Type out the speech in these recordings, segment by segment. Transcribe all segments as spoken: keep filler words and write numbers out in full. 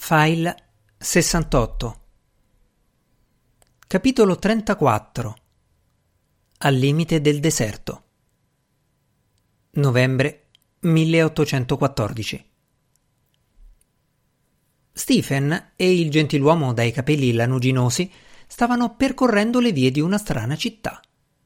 File sessantotto. Capitolo trentaquattro. Al limite del deserto. Novembre milleottocentoquattordici. Stephen e il gentiluomo dai capelli lanuginosi stavano percorrendo le vie di una strana città.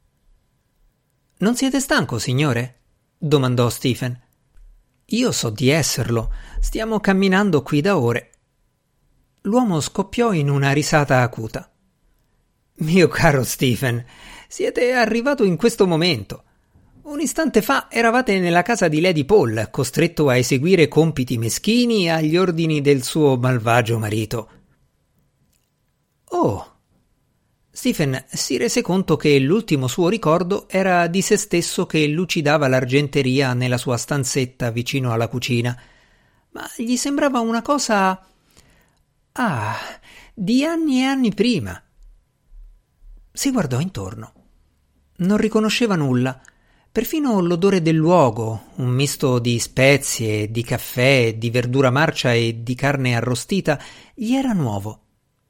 «Non siete stanco, signore?» domandò Stephen. «Io so di esserlo. Stiamo camminando qui da ore». L'uomo scoppiò in una risata acuta. «Mio caro Stephen, siete arrivato in questo momento. Un istante fa eravate nella casa di Lady Paul, costretto a eseguire compiti meschini agli ordini del suo malvagio marito». «Oh!» Stephen si rese conto che l'ultimo suo ricordo era di se stesso che lucidava l'argenteria nella sua stanzetta vicino alla cucina, ma gli sembrava una cosa... Ah, di anni e anni prima. Si guardò intorno. Non riconosceva nulla. Perfino l'odore del luogo, un misto di spezie, di caffè, di verdura marcia e di carne arrostita, gli era nuovo.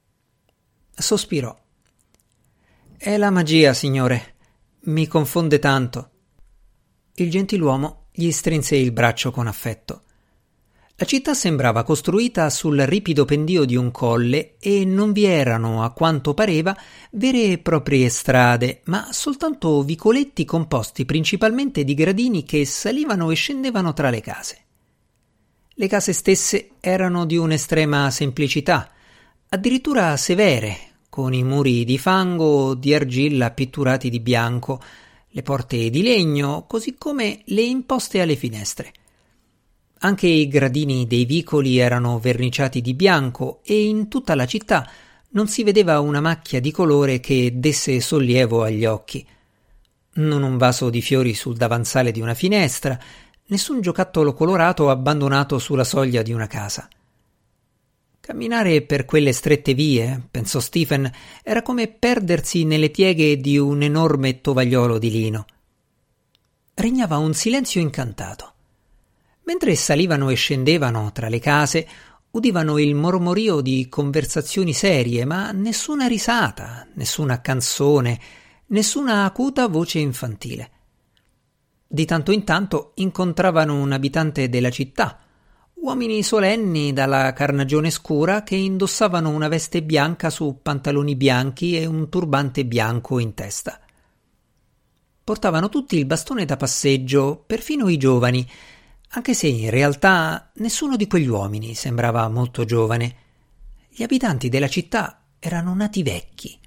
Sospirò. «È la magia, signore. Mi confonde tanto». Il gentiluomo gli strinse il braccio con affetto. La città sembrava costruita sul ripido pendio di un colle e non vi erano, a quanto pareva, vere e proprie strade, ma soltanto vicoletti composti principalmente di gradini che salivano e scendevano tra le case. Le case stesse erano di un'estrema semplicità, addirittura severe, con i muri di fango o di argilla pitturati di bianco, le porte di legno, così come le imposte alle finestre. Anche i gradini dei vicoli erano verniciati di bianco e in tutta la città non si vedeva una macchia di colore che desse sollievo agli occhi. Non un vaso di fiori sul davanzale di una finestra, nessun giocattolo colorato abbandonato sulla soglia di una casa. Camminare per quelle strette vie, pensò Stephen, era come perdersi nelle pieghe di un enorme tovagliolo di lino. Regnava un silenzio incantato. Mentre salivano e scendevano tra le case, udivano il mormorio di conversazioni serie, ma nessuna risata, nessuna canzone, nessuna acuta voce infantile. Di tanto in tanto incontravano un abitante della città, uomini solenni dalla carnagione scura che indossavano una veste bianca su pantaloni bianchi e un turbante bianco in testa. Portavano tutti il bastone da passeggio, perfino i giovani, anche se in realtà nessuno di quegli uomini sembrava molto giovane. Gli abitanti della città erano nati vecchi.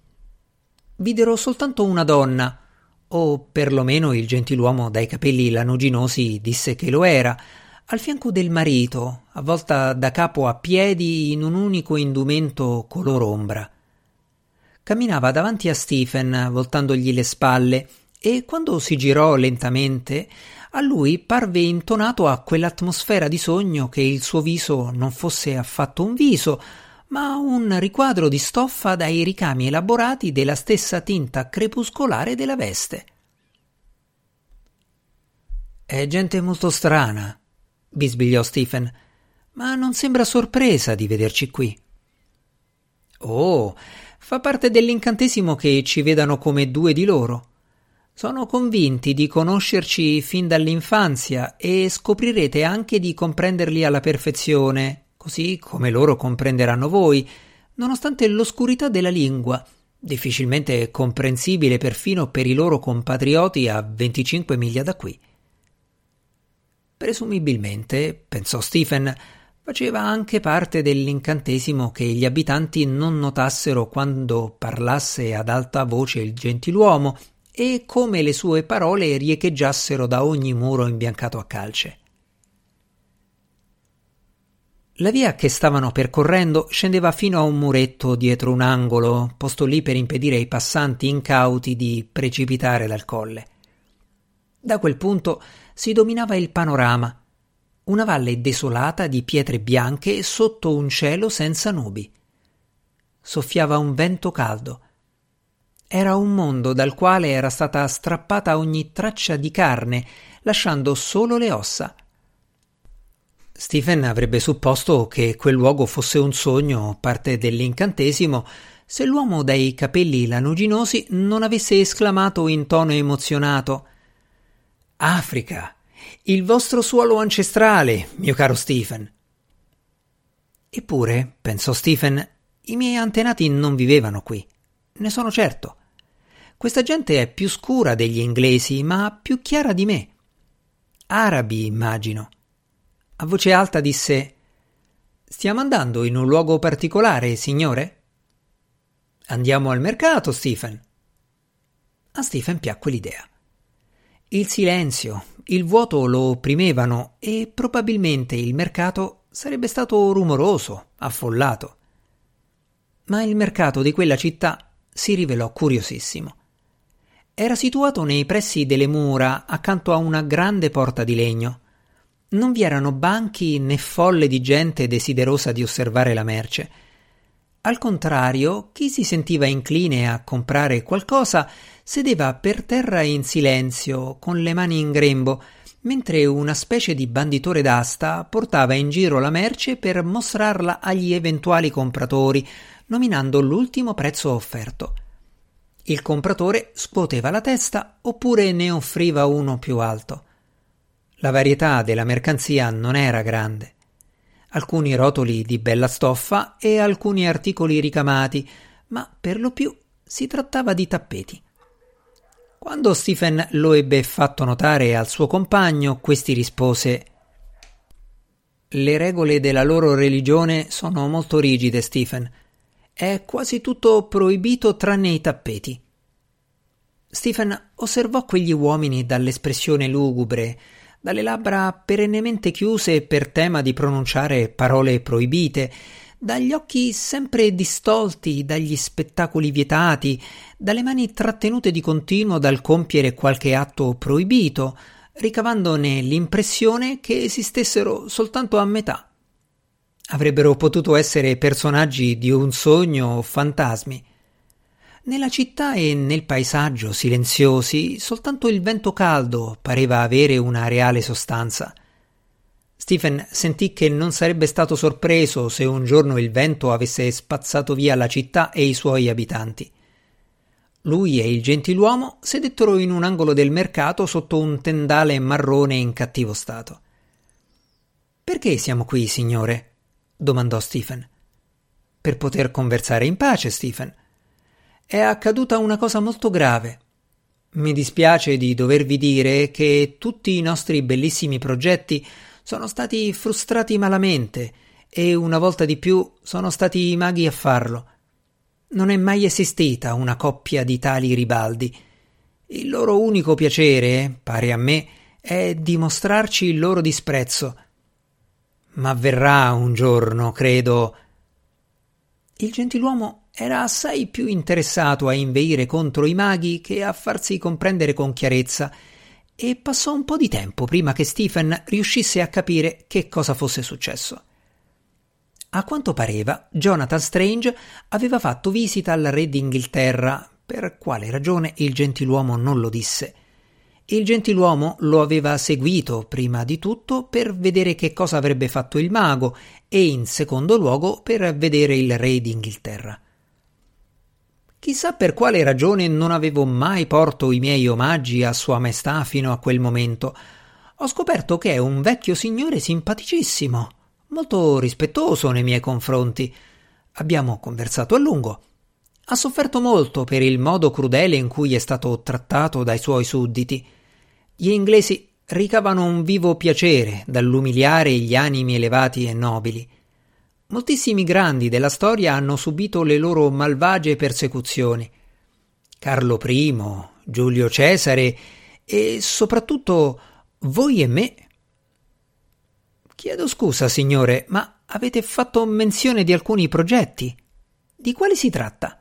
Videro soltanto una donna, o perlomeno il gentiluomo dai capelli lanuginosi disse che lo era, al fianco del marito, avvolta da capo a piedi in un unico indumento color ombra. Camminava davanti a Stephen, voltandogli le spalle, e quando si girò lentamente, a lui parve intonato a quell'atmosfera di sogno che il suo viso non fosse affatto un viso, ma un riquadro di stoffa dai ricami elaborati della stessa tinta crepuscolare della veste. «È gente molto strana», bisbigliò Stephen, «ma non sembra sorpresa di vederci qui». «Oh, fa parte dell'incantesimo che ci vedano come due di loro. Sono convinti di conoscerci fin dall'infanzia e scoprirete anche di comprenderli alla perfezione, così come loro comprenderanno voi, nonostante l'oscurità della lingua, difficilmente comprensibile perfino per i loro compatrioti a venticinque miglia da qui». Presumibilmente, pensò Stephen, faceva anche parte dell'incantesimo che gli abitanti non notassero quando parlasse ad alta voce il gentiluomo e come le sue parole riecheggiassero da ogni muro imbiancato a calce. La via che stavano percorrendo scendeva fino a un muretto dietro un angolo, posto lì per impedire ai passanti incauti di precipitare dal colle. Da quel punto si dominava il panorama, una valle desolata di pietre bianche sotto un cielo senza nubi. Soffiava un vento caldo. Era un mondo dal quale era stata strappata ogni traccia di carne, lasciando solo le ossa. Stephen avrebbe supposto che quel luogo fosse un sogno, parte dell'incantesimo, se l'uomo dai capelli lanuginosi non avesse esclamato in tono emozionato: «Africa, il vostro suolo ancestrale, mio caro Stephen!» Eppure, pensò Stephen, i miei antenati non vivevano qui, ne sono certo. Questa gente è più scura degli inglesi, ma più chiara di me. Arabi, immagino. A voce alta disse: «Stiamo andando in un luogo particolare, signore?» «Andiamo al mercato, Stephen». A Stephen piacque l'idea. Il silenzio, il vuoto lo opprimevano e probabilmente il mercato sarebbe stato rumoroso, affollato. Ma il mercato di quella città si rivelò curiosissimo. Era situato nei pressi delle mura, accanto a una grande porta di legno. Non vi erano banchi né folle di gente desiderosa di osservare la merce. Al contrario, chi si sentiva incline a comprare qualcosa sedeva per terra in silenzio, con le mani in grembo, mentre una specie di banditore d'asta portava in giro la merce per mostrarla agli eventuali compratori, nominando l'ultimo prezzo offerto. Il compratore scuoteva la testa oppure ne offriva uno più alto. La varietà della mercanzia non era grande. Alcuni rotoli di bella stoffa e alcuni articoli ricamati, ma per lo più si trattava di tappeti. Quando Stephen lo ebbe fatto notare al suo compagno, questi rispose: «Le regole della loro religione sono molto rigide, Stephen. È quasi tutto proibito tranne i tappeti». Stephen osservò quegli uomini dall'espressione lugubre, dalle labbra perennemente chiuse per tema di pronunciare parole proibite, dagli occhi sempre distolti dagli spettacoli vietati, dalle mani trattenute di continuo dal compiere qualche atto proibito, ricavandone l'impressione che esistessero soltanto a metà. Avrebbero potuto essere personaggi di un sogno o fantasmi. Nella città e nel paesaggio silenziosi soltanto il vento caldo pareva avere una reale sostanza. Stephen sentì che non sarebbe stato sorpreso se un giorno il vento avesse spazzato via la città e i suoi abitanti. Lui e il gentiluomo sedettero in un angolo del mercato sotto un tendale marrone in cattivo stato. «Perché siamo qui, signore?» domandò Stephen. «Per poter conversare in pace, Stephen. È accaduta una cosa molto grave. Mi dispiace di dovervi dire che tutti i nostri bellissimi progetti sono stati frustrati malamente e una volta di più sono stati i maghi a farlo. Non è mai esistita una coppia di tali ribaldi. Il loro unico piacere, pare a me, è dimostrarci il loro disprezzo. Ma verrà un giorno, credo». Il gentiluomo era assai più interessato a inveire contro i maghi che a farsi comprendere con chiarezza, e passò un po' di tempo prima che Stephen riuscisse a capire che cosa fosse successo. A quanto pareva, Jonathan Strange aveva fatto visita al re d'Inghilterra, per quale ragione il gentiluomo non lo disse. Il gentiluomo lo aveva seguito prima di tutto per vedere che cosa avrebbe fatto il mago e in secondo luogo per vedere il re d'Inghilterra. Chissà per quale ragione non avevo mai porto i miei omaggi a Sua Maestà fino a quel momento. Ho scoperto che è un vecchio signore simpaticissimo, molto rispettoso nei miei confronti. Abbiamo conversato a lungo. Ha sofferto molto per il modo crudele in cui è stato trattato dai suoi sudditi. Gli inglesi ricavano un vivo piacere dall'umiliare gli animi elevati e nobili. Moltissimi grandi della storia hanno subito le loro malvagie persecuzioni. Carlo primo, Giulio Cesare e soprattutto voi e me. Chiedo scusa, signore, ma avete fatto menzione di alcuni progetti. Di quali si tratta?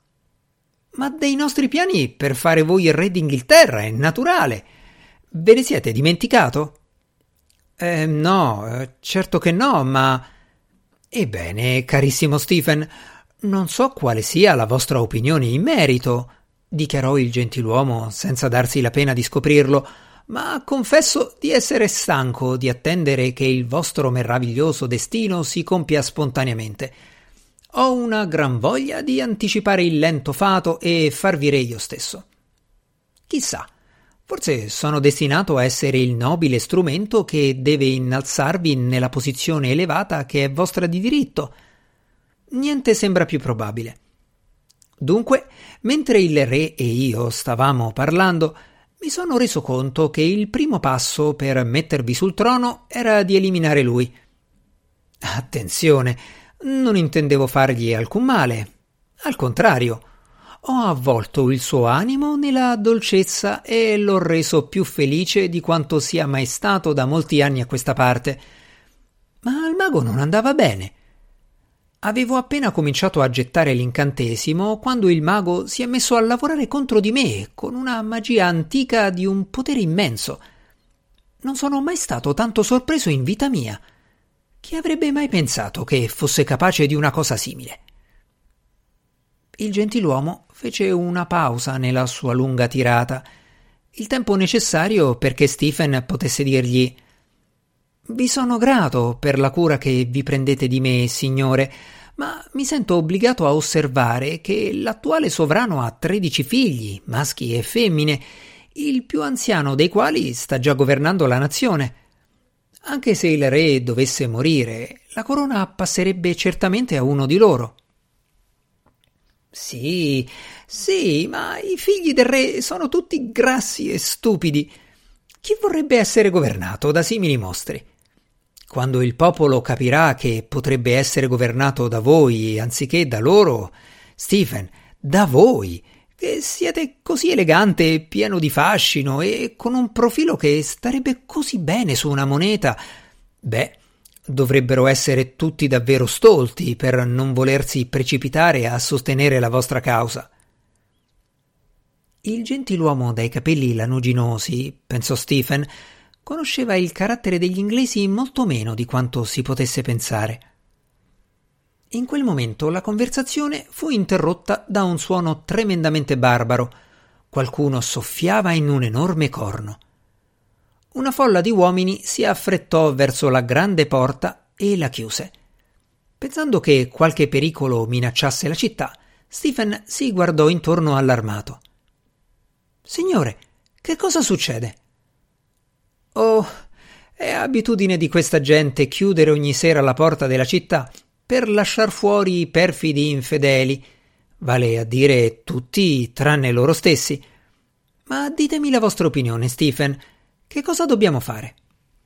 Ma dei nostri piani per fare voi il re d'Inghilterra, è naturale. Ve ne siete dimenticato? Eh, no, certo che no, ma... Ebbene, carissimo Stephen, non so quale sia la vostra opinione in merito, dichiarò il gentiluomo senza darsi la pena di scoprirlo, ma confesso di essere stanco di attendere che il vostro meraviglioso destino si compia spontaneamente. Ho una gran voglia di anticipare il lento fato e farvi re io stesso. Chissà, forse sono destinato a essere il nobile strumento che deve innalzarvi nella posizione elevata che è vostra di diritto. Niente sembra più probabile. Dunque, mentre il re e io stavamo parlando, mi sono reso conto che il primo passo per mettervi sul trono era di eliminare lui. Attenzione, non intendevo fargli alcun male. Al contrario, ho avvolto il suo animo nella dolcezza e l'ho reso più felice di quanto sia mai stato da molti anni a questa parte. Ma al mago non andava bene. Avevo appena cominciato a gettare l'incantesimo quando il mago si è messo a lavorare contro di me con una magia antica di un potere immenso. Non sono mai stato tanto sorpreso in vita mia. Chi avrebbe mai pensato che fosse capace di una cosa simile? Il gentiluomo fece una pausa nella sua lunga tirata, il tempo necessario perché Stephen potesse dirgli: «Vi sono grato per la cura che vi prendete di me, signore, ma mi sento obbligato a osservare che l'attuale sovrano ha tredici figli, maschi e femmine, il più anziano dei quali sta già governando la nazione. Anche se il re dovesse morire, la corona passerebbe certamente a uno di loro». «Sì, sì, ma i figli del re sono tutti grassi e stupidi. Chi vorrebbe essere governato da simili mostri? Quando il popolo capirà che potrebbe essere governato da voi anziché da loro, Stephen, da voi, che siete così elegante e pieno di fascino e con un profilo che starebbe così bene su una moneta, beh, dovrebbero essere tutti davvero stolti per non volersi precipitare a sostenere la vostra causa». Il gentiluomo dai capelli lanuginosi, pensò Stephen, conosceva il carattere degli inglesi molto meno di quanto si potesse pensare. In quel momento la conversazione fu interrotta da un suono tremendamente barbaro. Qualcuno soffiava in un enorme corno. Una folla di uomini si affrettò verso la grande porta e la chiuse. Pensando che qualche pericolo minacciasse la città, Stephen si guardò intorno allarmato. «Signore, che cosa succede?» «Oh, è abitudine di questa gente chiudere ogni sera la porta della città per lasciar fuori i perfidi infedeli, vale a dire tutti tranne loro stessi. Ma ditemi la vostra opinione, Stephen. Che cosa dobbiamo fare?»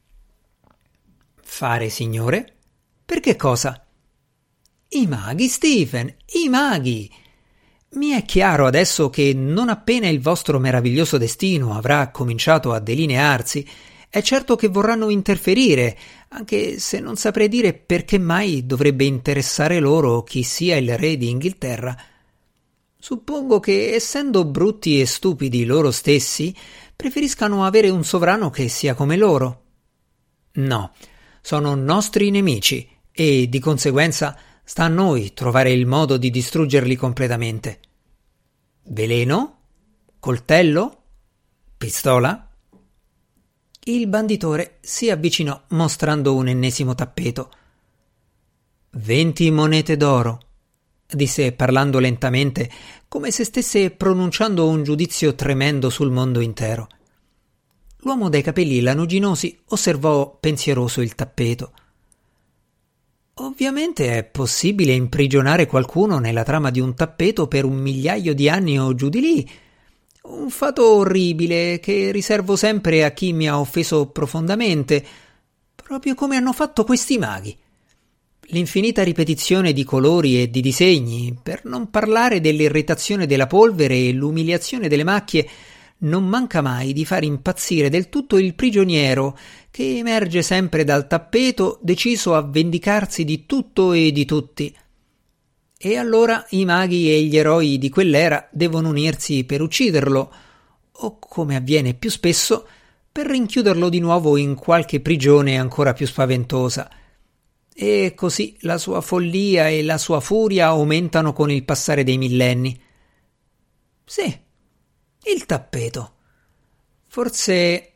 «Fare, signore? Per che cosa?» «I maghi, Stephen, i maghi! Mi è chiaro adesso che non appena il vostro meraviglioso destino avrà cominciato a delinearsi, è certo che vorranno interferire, anche se non saprei dire perché mai dovrebbe interessare loro chi sia il re di Inghilterra. Suppongo che, essendo brutti e stupidi loro stessi, preferiscano avere un sovrano che sia come loro. No, sono nostri nemici e, di conseguenza, sta a noi trovare il modo di distruggerli completamente. Veleno? Coltello? Pistola?» Il banditore si avvicinò mostrando un ennesimo tappeto. «Venti monete d'oro», disse parlando lentamente, come se stesse pronunciando un giudizio tremendo sul mondo intero. L'uomo dai capelli lanuginosi osservò pensieroso il tappeto. «Ovviamente è possibile imprigionare qualcuno nella trama di un tappeto per un migliaio di anni o giù di lì. Un fatto orribile che riservo sempre a chi mi ha offeso profondamente, proprio come hanno fatto questi maghi. L'infinita ripetizione di colori e di disegni, per non parlare dell'irritazione della polvere e l'umiliazione delle macchie, non manca mai di far impazzire del tutto il prigioniero che emerge sempre dal tappeto deciso a vendicarsi di tutto e di tutti. E allora i maghi e gli eroi di quell'era devono unirsi per ucciderlo, o, come avviene più spesso, per rinchiuderlo di nuovo in qualche prigione ancora più spaventosa. E così la sua follia e la sua furia aumentano con il passare dei millenni. Sì, il tappeto. Forse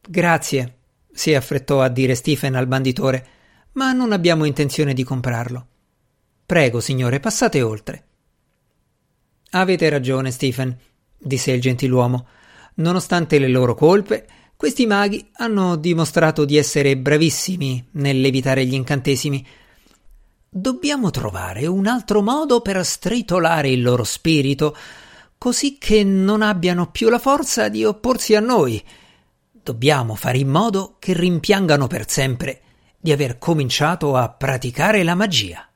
Grazie, si affrettò a dire Stephen al banditore, ma non abbiamo intenzione di comprarlo. Prego, signore, passate oltre. Avete ragione, Stephen, disse il gentiluomo. Nonostante le loro colpe, questi maghi hanno dimostrato di essere bravissimi nell'evitare gli incantesimi. Dobbiamo trovare un altro modo per stritolare il loro spirito, così che non abbiano più la forza di opporsi a noi. Dobbiamo fare in modo che rimpiangano per sempre di aver cominciato a praticare la magia.